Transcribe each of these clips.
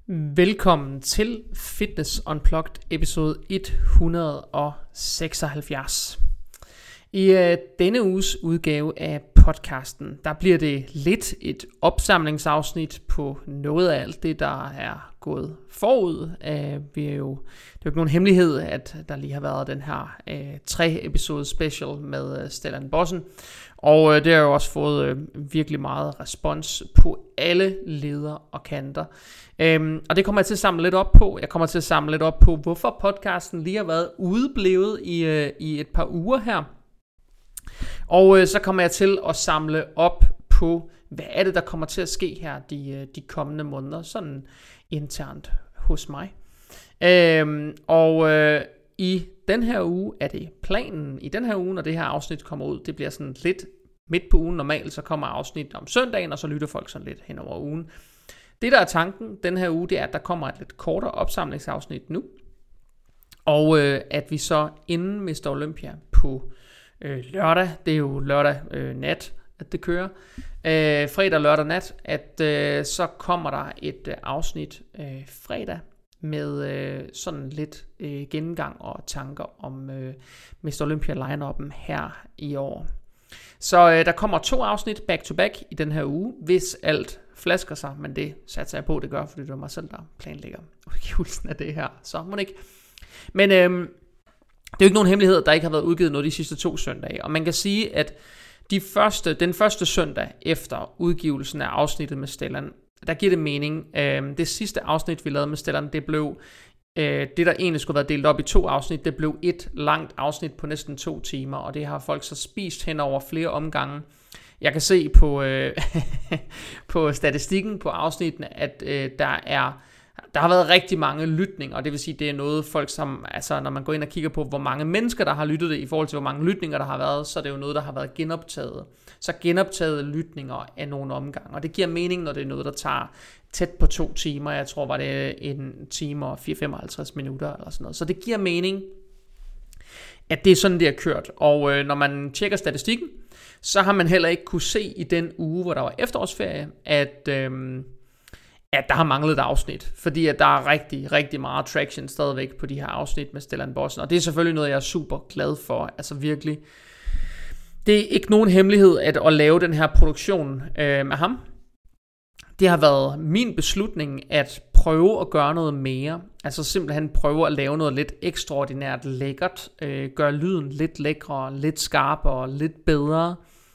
Velkommen til Fitness Unplugged episode 176. I denne uges udgave af podcasten, der bliver det lidt et opsamlingsafsnit på noget af alt det, der er gået forud. Det er jo ikke nogen hemmelighed, at der lige har været den her 3 episode special med Stellan Bossen. Og det har jo også fået virkelig meget respons på alle leder og kanter. Og det kommer jeg til at samle lidt op på. Jeg kommer til at samle lidt op på, hvorfor podcasten lige har været udeblevet i et par uger her. Og så kommer jeg til at samle op på, hvad er det, der kommer til at ske her de kommende måneder, sådan internt hos mig. I den her uge er det planen. I den her uge, når det her afsnit kommer ud, det bliver sådan lidt midt på ugen. Normalt så kommer afsnit om søndagen, og så lytter folk sådan lidt hen over ugen. Det, der er tanken den her uge, det er, at der kommer et lidt kortere opsamlingsafsnit nu. Og at vi så inden Mr. Olympia på lørdag, det er jo lørdag nat, at det kører, fredag lørdag nat, at så kommer der et afsnit fredag med sådan lidt gennemgang og tanker om Mr. Olympia line-up'en her i år. Så der kommer 2 afsnit back to back i den her uge, hvis alt flasker sig, men det satser jeg på, det gør, fordi det er mig selv, der planlægger udgivelsen af det her, så må det ikke. Men det er jo ikke nogen hemmelighed, at der ikke har været udgivet noget de sidste 2 søndage, og man kan sige, at den første søndag efter udgivelsen af afsnittet med Stellan, der giver det mening. Det sidste afsnit, vi lavede med Stellan, det blev det, der egentlig skulle være delt op i 2 afsnit, det blev et langt afsnit på næsten 2 timer, og det har folk så spist hen over flere omgange. Jeg kan se på statistikken på afsnittene, at der har været rigtig mange lytninger, og det vil sige, det er noget folk som, altså når man går ind og kigger på, hvor mange mennesker, der har lyttet det, i forhold til hvor mange lytninger, der har været, så er det jo noget, der har været genoptaget. Så genoptaget lytninger af nogle omgange, og det giver mening, når det er noget, der tager tæt på 2 timer. Jeg tror, var det 1 time og 55 minutter eller sådan noget. Så det giver mening, at det er sådan, det er kørt. Og når man tjekker statistikken, så har man heller ikke kunne se i den uge, hvor der var efterårsferie, at der har manglet et afsnit, fordi at der er rigtig, rigtig meget traction stadigvæk på de her afsnit med Stellan Bossen, og det er selvfølgelig noget, jeg er super glad for, altså virkelig. Det er ikke nogen hemmelighed at lave den her produktion med ham. Det har været min beslutning at prøve at gøre noget mere, altså simpelthen prøve at lave noget lidt ekstraordinært lækkert, gøre lyden lidt lækrere, lidt skarpere, lidt bedre,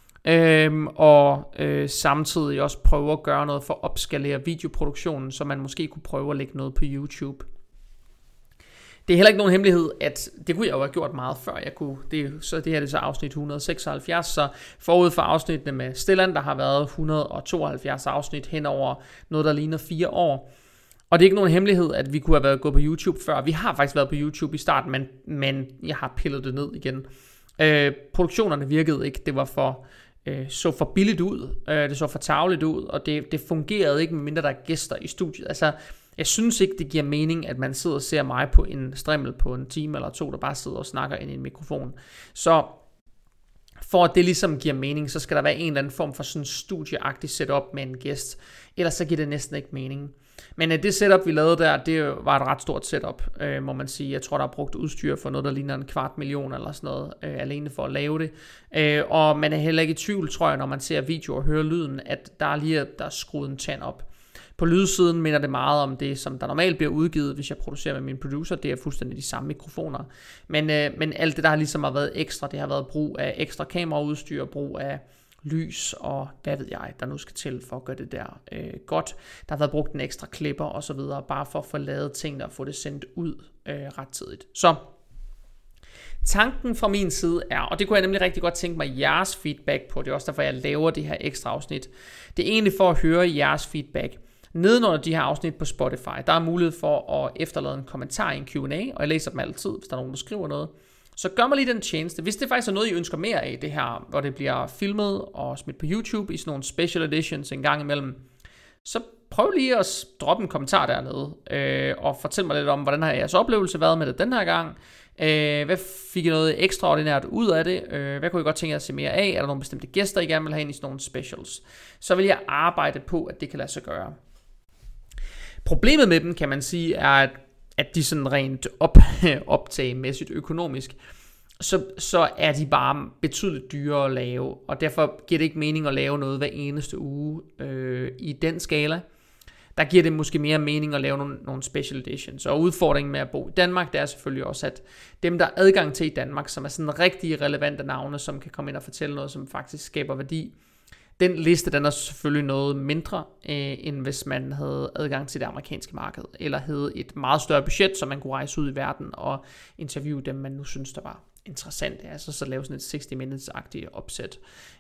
og samtidig også prøve at gøre noget for at opskalere videoproduktionen, så man måske kunne prøve at lægge noget på YouTube. Det er heller ikke nogen hemmelighed, at det kunne jeg jo have gjort meget før jeg kunne. Det her er det så afsnit 176, så forud for afsnittene med Stellan, der har været 172 afsnit hen over noget, der ligner 4 år. Og det er ikke nogen hemmelighed, at vi kunne have gået på YouTube før. Vi har faktisk været på YouTube i starten, men jeg har pillet det ned igen. Produktionerne virkede ikke. Det var så for billigt ud. Det så for tarveligt ud, og det fungerede ikke, medmindre der er gæster i studiet. Altså, jeg synes ikke, det giver mening, at man sidder og ser mig på en strimmel på 1 time eller 2, der bare sidder og snakker ind i en mikrofon. Så for at det ligesom giver mening, så skal der være en eller anden form for sådan studieagtig setup med en gæst. Ellers så giver det næsten ikke mening. Men det setup, vi lavede der, det var et ret stort setup, må man sige. Jeg tror, der er brugt udstyr for noget, der ligner 250.000 eller sådan noget, alene for at lave det. Og man er heller ikke i tvivl, tror jeg, når man ser video og hører lyden, at der er skruet en tand op. På lydsiden minder det meget om det, som der normalt bliver udgivet, hvis jeg producerer med min producer. Det er fuldstændig de samme mikrofoner. Men alt det, der ligesom har været ekstra, det har været brug af ekstra kameraudstyr, brug af lys og hvad ved jeg, der nu skal til for at gøre det der godt. Der har været brugt en ekstra klipper og så videre, bare for at få lavet tingene og få det sendt ud rettidigt. Så tanken fra min side er, og det kunne jeg nemlig rigtig godt tænke mig jeres feedback på, det er også derfor, jeg laver det her ekstra afsnit. Det er egentlig for at høre jeres feedback. Nedenunder de her afsnit på Spotify, der er mulighed for at efterlade en kommentar i en Q&A, og jeg læser dem altid, hvis der er nogen, der skriver noget. Så gør mig lige den tjeneste. Hvis det faktisk er noget, I ønsker mere af, det her, hvor det bliver filmet og smidt på YouTube i sådan nogle special editions en gang imellem, så prøv lige at droppe en kommentar dernede, og fortæl mig lidt om, hvordan har jeres oplevelse været med det den her gang. Hvad fik I noget ekstraordinært ud af det? Hvad kunne I godt tænke jer at se mere af? Er der nogle bestemte gæster, I gerne vil have ind i sådan nogle specials? Så vil jeg arbejde på, at det kan lade sig gøre. Problemet med dem, kan man sige, er, at de sådan rent optagemæssigt økonomisk, så er de bare betydeligt dyrere at lave, og derfor giver det ikke mening at lave noget hver eneste uge i den skala. Der giver det måske mere mening at lave nogle special editions. Og udfordringen med at bo i Danmark, det er selvfølgelig også, at dem, der er adgang til i Danmark, som er sådan rigtig relevante navne, som kan komme ind og fortælle noget, som faktisk skaber værdi, den liste, den er selvfølgelig noget mindre, end hvis man havde adgang til det amerikanske marked, eller havde et meget større budget, så man kunne rejse ud i verden og interviewe dem, man nu synes, der var interessant. Altså så lave sådan et 60 minutes-agtigt opsæt.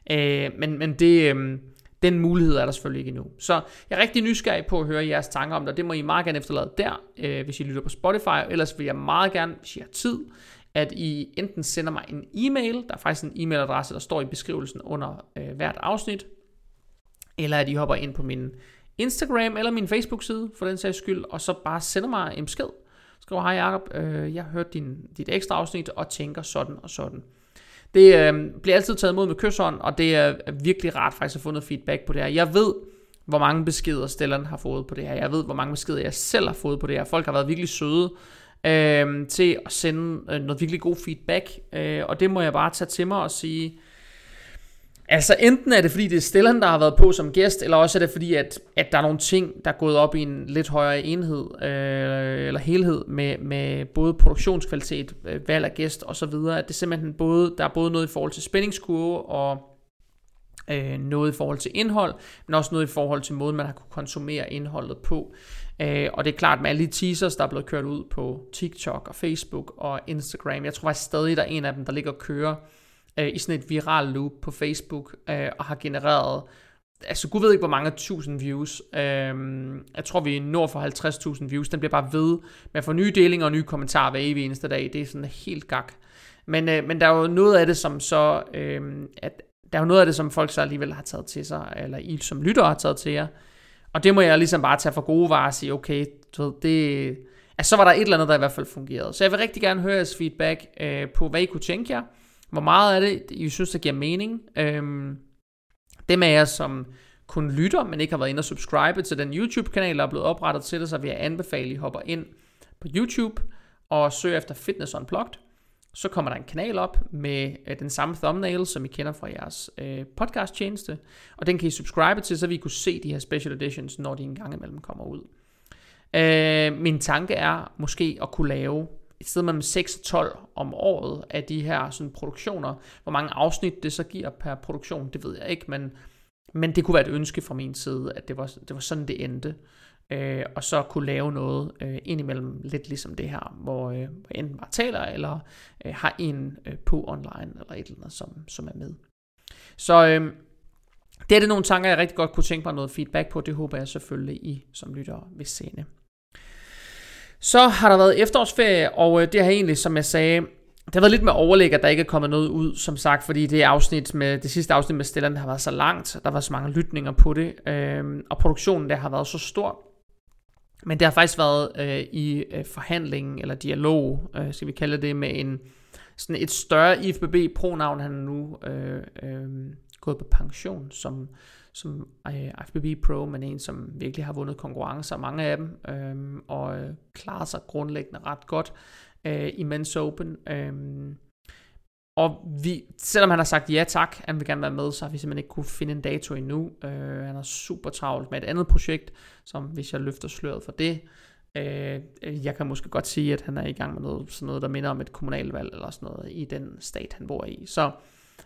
Men det... Den mulighed er der selvfølgelig ikke endnu. Så jeg er rigtig nysgerrig på at høre jeres tanker om det, og det må I meget gerne efterlade der, hvis I lytter på Spotify. Ellers vil jeg meget gerne, hvis I har tid, at I enten sender mig en e-mail, der er faktisk en e-mailadresse, der står i beskrivelsen under hvert afsnit, eller at I hopper ind på min Instagram eller min Facebook-side, for den sags skyld, og så bare sender mig en besked. Skriv, hej Jacob, jeg har hørt dit ekstra afsnit, og tænker sådan og sådan. Det bliver altid taget imod med kysshånd, og det er virkelig rart faktisk at få noget feedback på det her. Jeg ved, hvor mange beskeder Stellan har fået på det her. Jeg ved, hvor mange beskeder jeg selv har fået på det her. Folk har været virkelig søde til at sende noget virkelig god feedback, og det må jeg bare tage til mig og sige, altså enten er det fordi det er Stellan, der har været på som gæst, eller også er det fordi at der er nogle ting, der er gået op i en lidt højere enhed eller helhed med både produktionskvalitet, valg af gæst og så videre. At det simpelthen der er både noget i forhold til spændingskurve og noget i forhold til indhold, men også noget i forhold til måden man har kunne konsumere indholdet på. Og det er klart med alle de teasers, der er blevet kørt ud på TikTok og Facebook og Instagram. Jeg tror faktisk stadig, der er en af dem, der ligger og kører i sådan et viral loop på Facebook, og har genereret, altså gud ved ikke hvor mange 1000 views. Jeg tror vi er nord for 50.000 views. Den bliver bare ved med at få nye delinger og nye kommentarer hver evig eneste dag. Det er sådan helt gak. Men der er jo noget af det som så der er jo noget af det som folk så alligevel har taget til sig, eller I som lytter har taget til jer. Og det må jeg ligesom bare tage for gode varer og sige, okay, du ved, det, altså så var der et eller andet, der i hvert fald fungerede. Så jeg vil rigtig gerne høre jeres feedback på, hvad I kunne tænke jer. Hvor meget af det, I synes, der giver mening. Dem af jer, som kun lytter, men ikke har været inde og subscribe til den YouTube-kanal, der er blevet oprettet til det, så vil jeg anbefale, at I hopper ind på YouTube og søger efter Fitness Unplugged. Så kommer der en kanal op med den samme thumbnail, som I kender fra jeres podcast-tjeneste. Og den kan I subscribe til, så vi kunne se de her special editions, når de engang imellem kommer ud. Min tanke er måske at kunne lave et sted mellem 6 og 12 om året af de her sådan, produktioner. Hvor mange afsnit det så giver per produktion, det ved jeg ikke, men det kunne være et ønske fra min side, at det var sådan det endte. Og så kunne lave noget indimellem lidt ligesom det her, hvor jeg enten bare taler, eller har en på online, eller et eller andet, som er med. Så det er det nogle tanker, jeg rigtig godt kunne tænke mig noget feedback på. Det håber jeg selvfølgelig, I som lytter vil sende. Så har der været efterårsferie, og det har egentlig, som jeg sagde, det har været lidt med overlæg, at der ikke er kommet noget ud, som sagt, fordi det sidste afsnit med Stellan har været så langt, der var så mange lytninger på det, og produktionen der har været så stor. Men det har faktisk været i forhandling, eller dialog, skal vi kalde det, med sådan et større IFBB Pro-navn. Han er nu gået på pension som IFBB Pro, men en, som virkelig har vundet konkurrencer, mange af dem, og klarer sig grundlæggende ret godt i Men's Open. Og selvom han har sagt ja tak, han vil gerne være med, så har vi simpelthen ikke kunne finde en dato endnu. Han er super travlt med et andet projekt, som hvis jeg løfter sløret for det, jeg kan måske godt sige, at han er i gang med sådan noget, der minder om et kommunalvalg, eller sådan noget, i den stat, han bor i. Så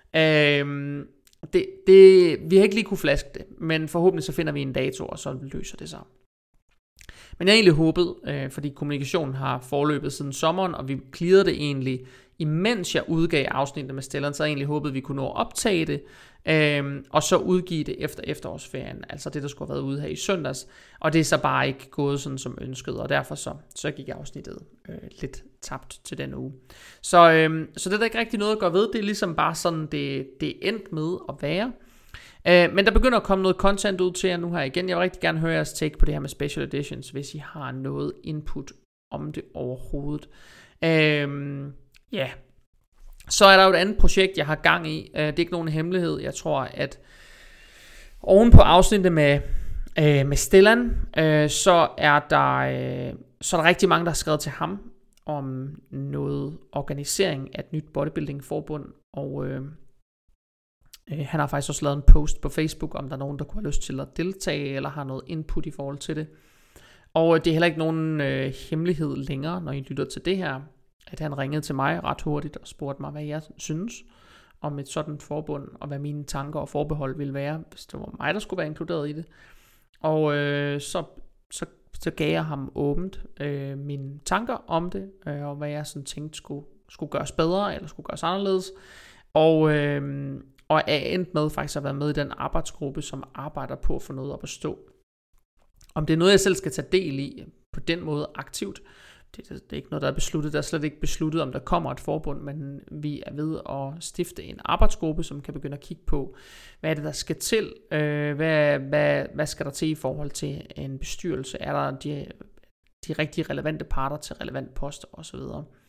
vi har ikke lige kunne flaske det, men forhåbentlig så finder vi en dato, og så løser det sig. Men jeg har egentlig håbet, fordi kommunikationen har forløbet siden sommeren, og vi clearede det egentlig, imens jeg udgav afsnittet med Stellan, så jeg egentlig håbet, at vi kunne nå at optage det, og så udgive det efter efterårsferien, altså det, der skulle have været ude her i søndags, og det er så bare ikke gået sådan som ønsket, og derfor så gik afsnittet lidt tabt til den uge. Så det er der ikke rigtig noget at gøre ved, det er ligesom bare sådan, det er endt med at være. Men der begynder at komme noget content ud til jer nu her igen. Jeg vil rigtig gerne høre jeres take på det her med special editions, hvis I har noget input om det overhovedet. Ja. Så er der jo et andet projekt, jeg har gang i. Det er ikke nogen hemmelighed. Jeg tror, at oven på afsnittet med Med Stellan, så er der rigtig mange, der har skrevet til ham om noget organisering af et nyt bodybuilding-forbund, og han har faktisk også lavet en post på Facebook, om der er nogen, der kunne have lyst til at deltage, eller har noget input i forhold til det. Og det er heller ikke nogen hemmelighed længere, når I lytter til det her, at han ringede til mig ret hurtigt og spurgte mig, hvad jeg synes om et sådan forbund, og hvad mine tanker og forbehold ville være, hvis det var mig, der skulle være inkluderet i det. Og så gav jeg ham åbent mine tanker om det, og hvad jeg sådan tænkte skulle gøres bedre, eller skulle gøres anderledes. Og er endt med faktisk at være med i den arbejdsgruppe, som arbejder på at få noget op at stå. Om det er noget, jeg selv skal tage del i på den måde aktivt, det er ikke noget, der er besluttet. Der er slet ikke besluttet, om der kommer et forbund, men vi er ved at stifte en arbejdsgruppe, som kan begynde at kigge på, hvad er det, der skal til? Hvad skal der til i forhold til en bestyrelse? Er der de rigtig relevante parter til relevant poster osv.?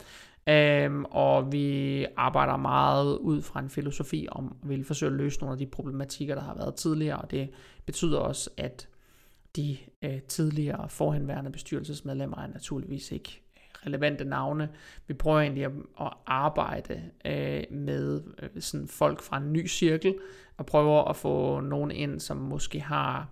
Og vi arbejder meget ud fra en filosofi om at ville forsøge at løse nogle af de problematikker, der har været tidligere, og det betyder også, at de tidligere forhenværende bestyrelsesmedlemmer er naturligvis ikke relevante navne. Vi prøver egentlig at arbejde med sådan folk fra en ny cirkel, og prøver at få nogen ind, som måske har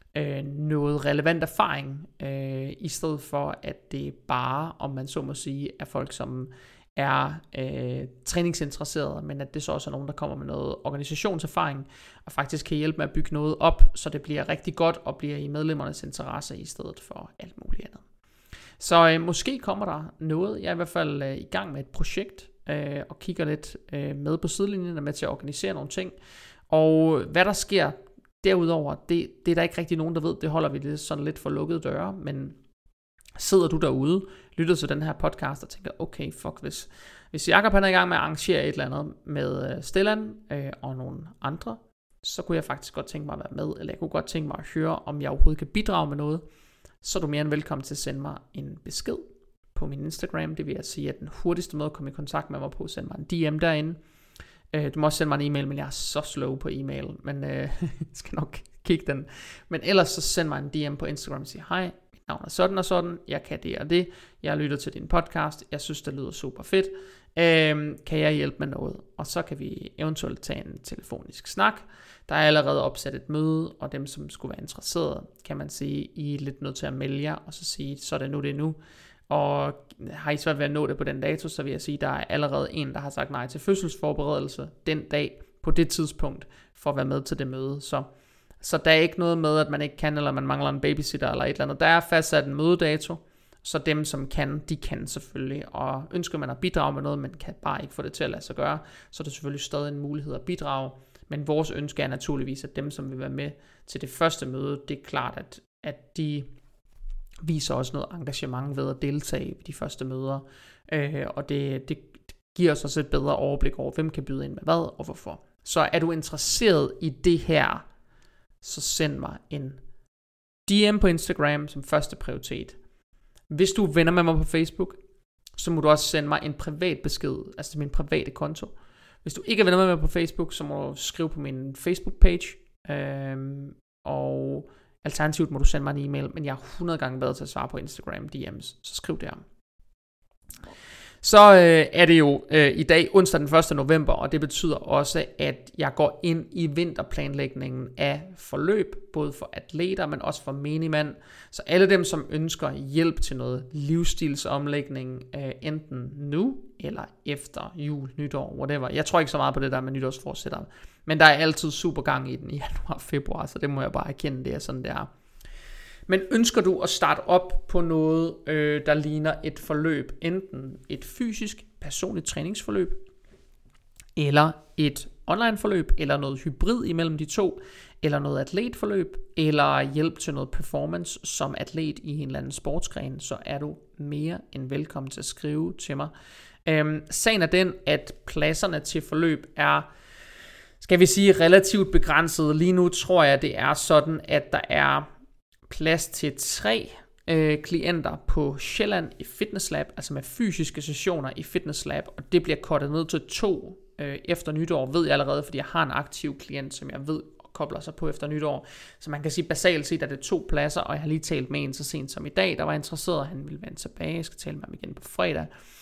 noget relevant erfaring, i stedet for at det bare, om man så må sige, er folk, som er træningsinteresserede, men at det så også er nogen, der kommer med noget organisationserfaring, og faktisk kan hjælpe med at bygge noget op, så det bliver rigtig godt, og bliver i medlemmernes interesse, i stedet for alt muligt andet. Så måske kommer der noget. Jeg er i hvert fald i gang med et projekt, og kigger lidt med på sidelinjen, og med til at organisere nogle ting, og hvad der sker derudover, det er der ikke rigtig nogen, der ved. Det holder vi det sådan lidt for lukkede døre, men sidder du derude, lytter til den her podcast og tænker, okay, fuck, hvis Jakob han er i gang med at arrangere et eller andet med Stellan og nogle andre, så kunne jeg faktisk godt tænke mig at være med, eller jeg kunne godt tænke mig at høre, om jeg overhovedet kan bidrage med noget, så er du mere end velkommen til at sende mig en besked på min Instagram. Det vil jeg sige, at den hurtigste måde at komme i kontakt med mig på, send mig en DM derinde. Du må også sende mig en e-mail, men jeg er så slow på e-mail, men jeg skal nok kigge den. Men ellers så send mig en DM på Instagram og sig, hej, mit navn er sådan og sådan, jeg kan det og det, jeg lytter til din podcast, jeg synes det lyder super fedt, kan jeg hjælpe med noget? Og så kan vi eventuelt tage en telefonisk snak. Der er allerede opsat et møde, og dem som skulle være interesserede, kan man sige, I er lidt nødt til at melde jer, og så sige, så er det nu. Og har I svært ved at nå det på den dato, så vil jeg sige, at der er allerede en, der har sagt nej til fødselsforberedelse den dag, på det tidspunkt, for at være med til det møde. Så der er ikke noget med, at man ikke kan, eller man mangler en babysitter, eller et eller andet. Der er fastsat en mødedato, så dem som kan, de kan selvfølgelig. Og ønsker man at bidrage med noget, men kan bare ikke få det til at lade sig gøre, så er det selvfølgelig stadig en mulighed at bidrage. Men vores ønske er naturligvis, at dem, som vil være med til det første møde, det er klart, at de viser også noget engagement ved at deltage i de første møder, og det giver os også et bedre overblik over, hvem kan byde ind med hvad og hvorfor. Så er du interesseret i det her, så send mig en DM på Instagram som første prioritet. Hvis du er venner med mig på Facebook, så må du også sende mig en privat besked, altså til min private konto. Hvis du ikke er venner med mig på Facebook, så må du skrive på min Facebook-page, og alternativt må du sende mig en e-mail, men jeg er 100 gange bedre til at svare på Instagram DM's, så skriv det her. Så er det jo i dag onsdag den 1. november, og det betyder også, at jeg går ind i vinterplanlægningen af forløb, både for atleter, men også for menigmand. Så alle dem, som ønsker hjælp til noget livsstilsomlægning, enten nu eller efter jul, nytår, whatever. Jeg tror ikke så meget på det der med nytårsforsætter, men der er altid super gang i den i januar og februar, så det må jeg bare erkende, det er sådan, det er. Men ønsker du at starte op på noget, der ligner et forløb, enten et fysisk, personligt træningsforløb, eller et online forløb, eller noget hybrid imellem de to, eller noget atletforløb, eller hjælp til noget performance som atlet i en eller anden sportsgren, så er du mere end velkommen til at skrive til mig. Sagen er den, at pladserne til forløb er, skal vi sige, relativt begrænset. Lige nu tror jeg, det er sådan, at der er plads til 3 klienter på Sjælland i Fitness Lab, altså med fysiske sessioner i Fitness Lab, og det bliver kortet ned til 2 efter nytår, ved jeg allerede, fordi jeg har en aktiv klient, som jeg ved kobler sig på efter nytår. Så man kan sige, basalt set er det 2 pladser, og jeg har lige talt med en så sent som i dag, der var interesseret, og han ville vende tilbage. Jeg skal tale med ham igen på fredag.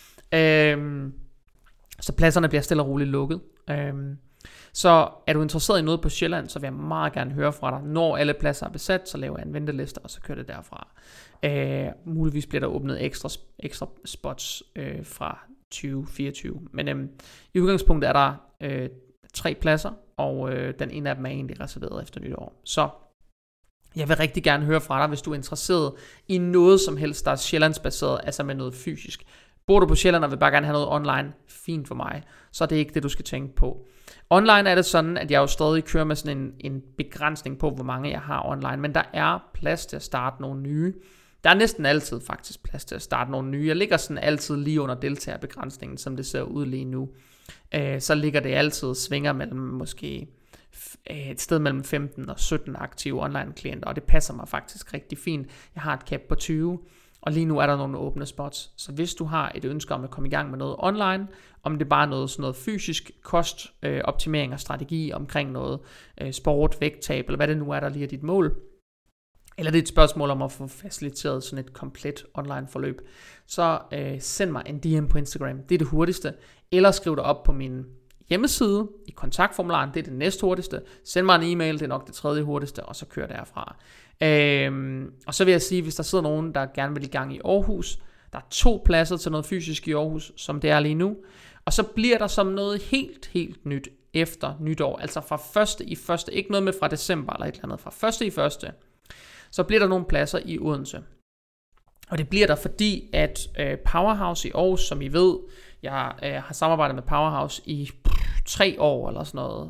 Så pladserne bliver stille og roligt lukket. Så er du interesseret i noget på Sjælland, så vil jeg meget gerne høre fra dig. Når alle pladser er besat, så laver jeg en venteliste, og så kører det derfra. Muligvis bliver der åbnet ekstra spots fra 2024. Men i udgangspunktet er der 3 pladser, og den ene af dem er egentlig reserveret efter nytår. Så jeg vil rigtig gerne høre fra dig, hvis du er interesseret i noget som helst, der er sjællandsbaseret, altså med noget fysisk. Bor du på Sjælland og vil bare gerne have noget online, fint for mig, så er det ikke det, du skal tænke på. Online er det sådan, at jeg jo stadig kører med sådan en begrænsning på, hvor mange jeg har online, men der er plads til at starte nogle nye. Der er næsten altid faktisk plads til at starte nogle nye. Jeg ligger sådan altid lige under deltagerbegrænsningen, som det ser ud lige nu. Så ligger det altid svinger mellem måske et sted mellem 15 og 17 aktive online klienter, og det passer mig faktisk rigtig fint. Jeg har et cap på 20, og lige nu er der nogle åbne spots. Så hvis du har et ønske om at komme i gang med noget online, om det bare er sådan noget fysisk kost, optimering og strategi omkring noget sport, vægttab, eller hvad det nu er, der lige er dit mål, eller det er et spørgsmål om at få faciliteret sådan et komplet online forløb, så send mig en DM på Instagram. Det er det hurtigste. Eller skriv dig op på min hjemmeside i kontaktformularen. Det er det næst hurtigste. Send mig en e-mail. Det er nok det tredje hurtigste. Og så kører derfra. Og så vil jeg sige, hvis der sidder nogen, der gerne vil i gang i Aarhus. Der er 2 pladser til noget fysisk i Aarhus, som det er lige nu. Og så bliver der som noget helt nyt efter nytår. Altså fra 1.1. Ikke noget med fra december eller et eller andet. Fra 1.1. Så bliver der nogle pladser i Odense. Og det bliver der, fordi at Powerhouse i Aarhus, som I ved, jeg har samarbejdet med Powerhouse i 3 år eller sådan noget.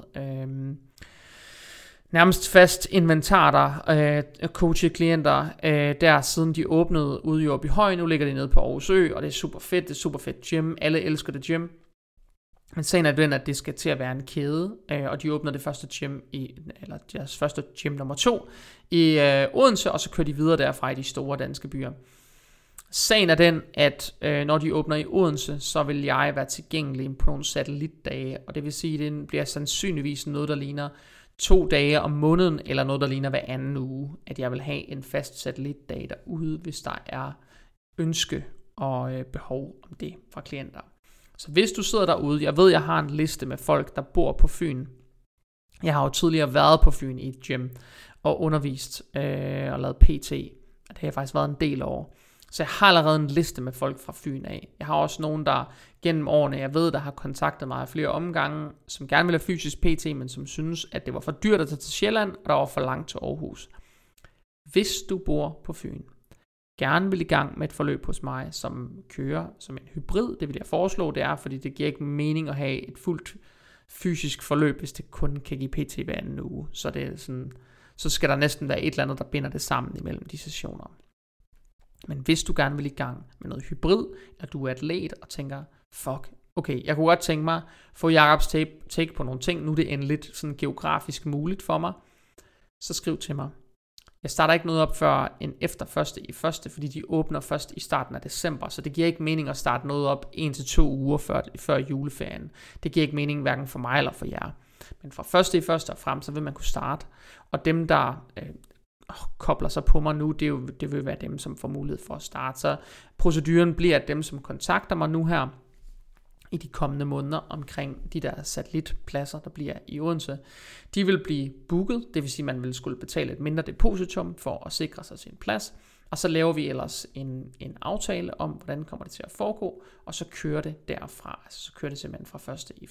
Nærmest fast inventar der, coachet klienter, der siden de åbnede ude i Åbyhøj. Nu ligger de nede på Aarhus Ø, og det er super fedt. Det er super fedt gym. Alle elsker det gym. Men sagen er den, at det skal til at være en kæde, og de åbner det første gym eller deres første gym nummer 2 i Odense, og så kører de videre derfra i de store danske byer. Sagen er den, at når de åbner i Odense, så vil jeg være tilgængelig på nogle satellitdage, og det vil sige, at det bliver sandsynligvis noget, der ligner 2 dage om måneden, eller noget, der ligner hver anden uge, at jeg vil have en fast satellitdag derude, hvis der er ønske og behov om det fra klienter. Så hvis du sidder derude, jeg ved, jeg har en liste med folk, der bor på Fyn. Jeg har jo tidligere været på Fyn i et gym og undervist og lavet PT, og det har faktisk været en del år. Så jeg har allerede en liste med folk fra Fyn af. Jeg har også nogen, der gennem årene, jeg ved, der har kontaktet mig flere omgange, som gerne vil have fysisk PT, men som synes, at det var for dyrt at tage til Sjælland, og der var for langt til Aarhus. Hvis du bor på Fyn, gerne vil i gang med et forløb hos mig, som kører som en hybrid, det vil jeg foreslå, det er, fordi det giver ikke mening at have et fuldt fysisk forløb, hvis det kun kan give PT hver anden uge. Så det er sådan, så skal der næsten være et eller andet, der binder det sammen imellem de sessioner. Men hvis du gerne vil i gang med noget hybrid, eller du er atlet og tænker, fuck, okay, jeg kunne godt tænke mig, få Jacobs take på nogle ting, nu er det endeligt sådan geografisk muligt for mig, så skriv til mig. Jeg starter ikke noget op før en efter 1.1, fordi de åbner først i starten af december, så det giver ikke mening at starte noget op 1-2 uger før juleferien. Det giver ikke mening hverken for mig eller for jer. Men fra 1.1. og frem, så vil man kunne starte, og dem der kobler sig på mig nu, det vil være dem, som får mulighed for at starte. Så proceduren bliver, at dem, som kontakter mig nu her i de kommende måneder omkring de der satellitpladser, der bliver i Odense, de vil blive booket, det vil sige, at man vil skulle betale et mindre depositum for at sikre sig sin plads, og så laver vi ellers en aftale om, hvordan kommer det til at foregå, og så kører det derfra, altså så kører det simpelthen fra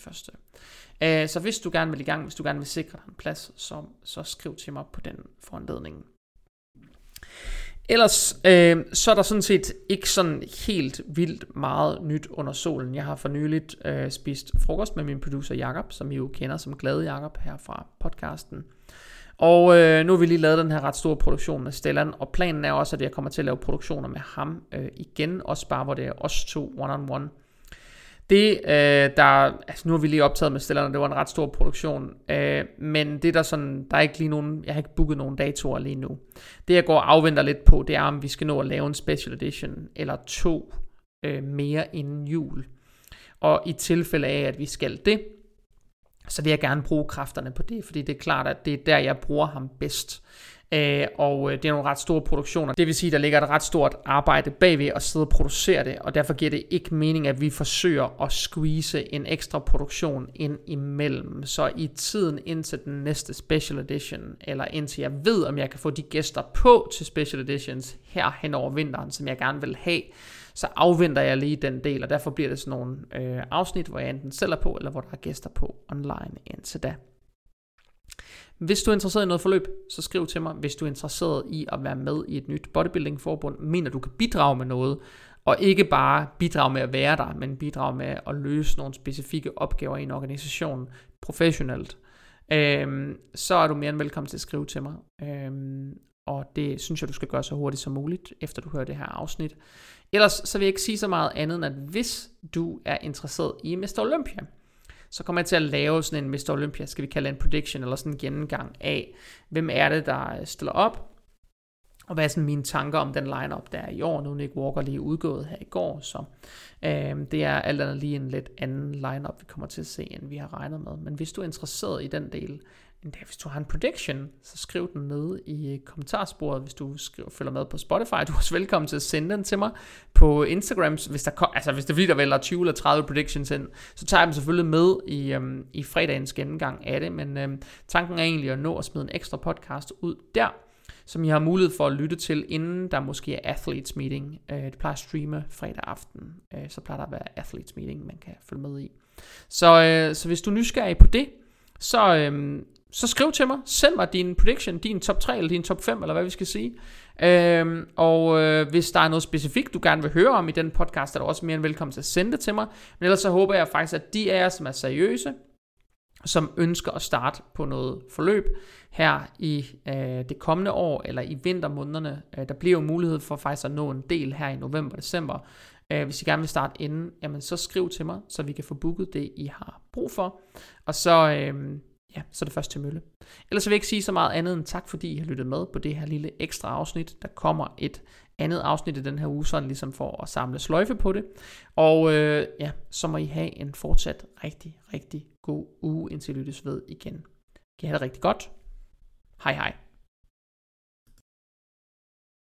1.1. Så hvis du gerne vil i gang, hvis du gerne vil sikre dig en plads, så skriv til mig på den foranledning. Ellers så er der sådan set ikke sådan helt vildt meget nyt under solen. Jeg har for nyligt spist frokost med min producer Jakob, som I jo kender som Glade Jakob her fra podcasten. Og nu har vi lige lavet den her ret store produktion med Stellan, og planen er også, at jeg kommer til at lave produktioner med ham igen, også bare hvor det er os to one-on-one. Altså nu har vi lige optaget med Stellan, og det var en ret stor produktion, men det der sådan, der er ikke lige nogen, jeg har ikke booket nogen datoer lige nu. Det jeg går og afventer lidt på, det er om vi skal nå at lave en special edition, eller 2 mere inden jul. Og i tilfælde af, at vi skal det, så vil jeg gerne bruge kræfterne på det, fordi det er klart, at det er der, jeg bruger ham bedst. Og det er nogle ret store produktioner. Det vil sige, at der ligger et ret stort arbejde bagved at sidde og producere det, og derfor giver det ikke mening, at vi forsøger at squeeze en ekstra produktion ind imellem. Så i tiden indtil den næste special edition, eller indtil jeg ved, om jeg kan få de gæster på til special editions her hen over vinteren, som jeg gerne vil have, så afventer jeg lige den del, og derfor bliver det sådan nogle afsnit, hvor jeg enten selv er på, eller hvor der er gæster på online indtil da. Hvis du er interesseret i noget forløb, så skriv til mig. Hvis du er interesseret i at være med i et nyt bodybuilding-forbund, mener du kan bidrage med noget, og ikke bare bidrage med at være der, men bidrage med at løse nogle specifikke opgaver i en organisation professionelt, så er du mere end velkommen til at skrive til mig. Og det synes jeg, du skal gøre så hurtigt som muligt, efter du hører det her afsnit. Ellers så vil jeg ikke sige så meget andet, end at hvis du er interesseret i Mr. Olympia, så kommer jeg til at lave sådan en Mr. Olympia, skal vi kalde en prediction, eller sådan en gennemgang af, hvem er det, der stiller op, og hvad er sådan mine tanker om den lineup, der er i år. Nu er Nick Walker lige udgået her i går, så det er alt andet lige en lidt anden lineup, vi kommer til at se, end vi har regnet med. Men hvis du er interesseret i den del, hvis du har en prediction, så skriv den nede i kommentarsporet. Hvis du følger med på Spotify, du er også velkommen til at sende den til mig på Instagram. Hvis det er fordi, der vælger 20 eller 30 predictions ind, så tager jeg dem selvfølgelig med i fredagens gennemgang af det. Men tanken er egentlig at nå at smide en ekstra podcast ud der, som I har mulighed for at lytte til, inden der måske er Athletes Meeting. Det plejer at streame fredag aften, så plejer der at være Athletes Meeting, man kan følge med i. Så hvis du er nysgerrig på det, så skriv til mig, send mig din prediction, din top 3 eller din top 5, eller hvad vi skal sige. Hvis der er noget specifikt, du gerne vil høre om i den podcast, er du også mere end velkommen til at sende det til mig. Men ellers så håber jeg faktisk, at de af jer, som er seriøse, som ønsker at starte på noget forløb her i det kommende år, eller i vintermånederne, der bliver jo mulighed for faktisk at nå en del her i november og december. Hvis I gerne vil starte inden, jamen så skriv til mig, så vi kan få booket det, I har brug for. Og så så er det først til mølle. Ellers vil jeg ikke sige så meget andet end tak, fordi I har lyttet med på det her lille ekstra afsnit. Der kommer et andet afsnit i den her uge, sådan ligesom for at samle sløjfe på det. Og så må I have en fortsat rigtig, rigtig god uge, indtil I lyttes ved igen. Kan I have det rigtig godt. Hej hej.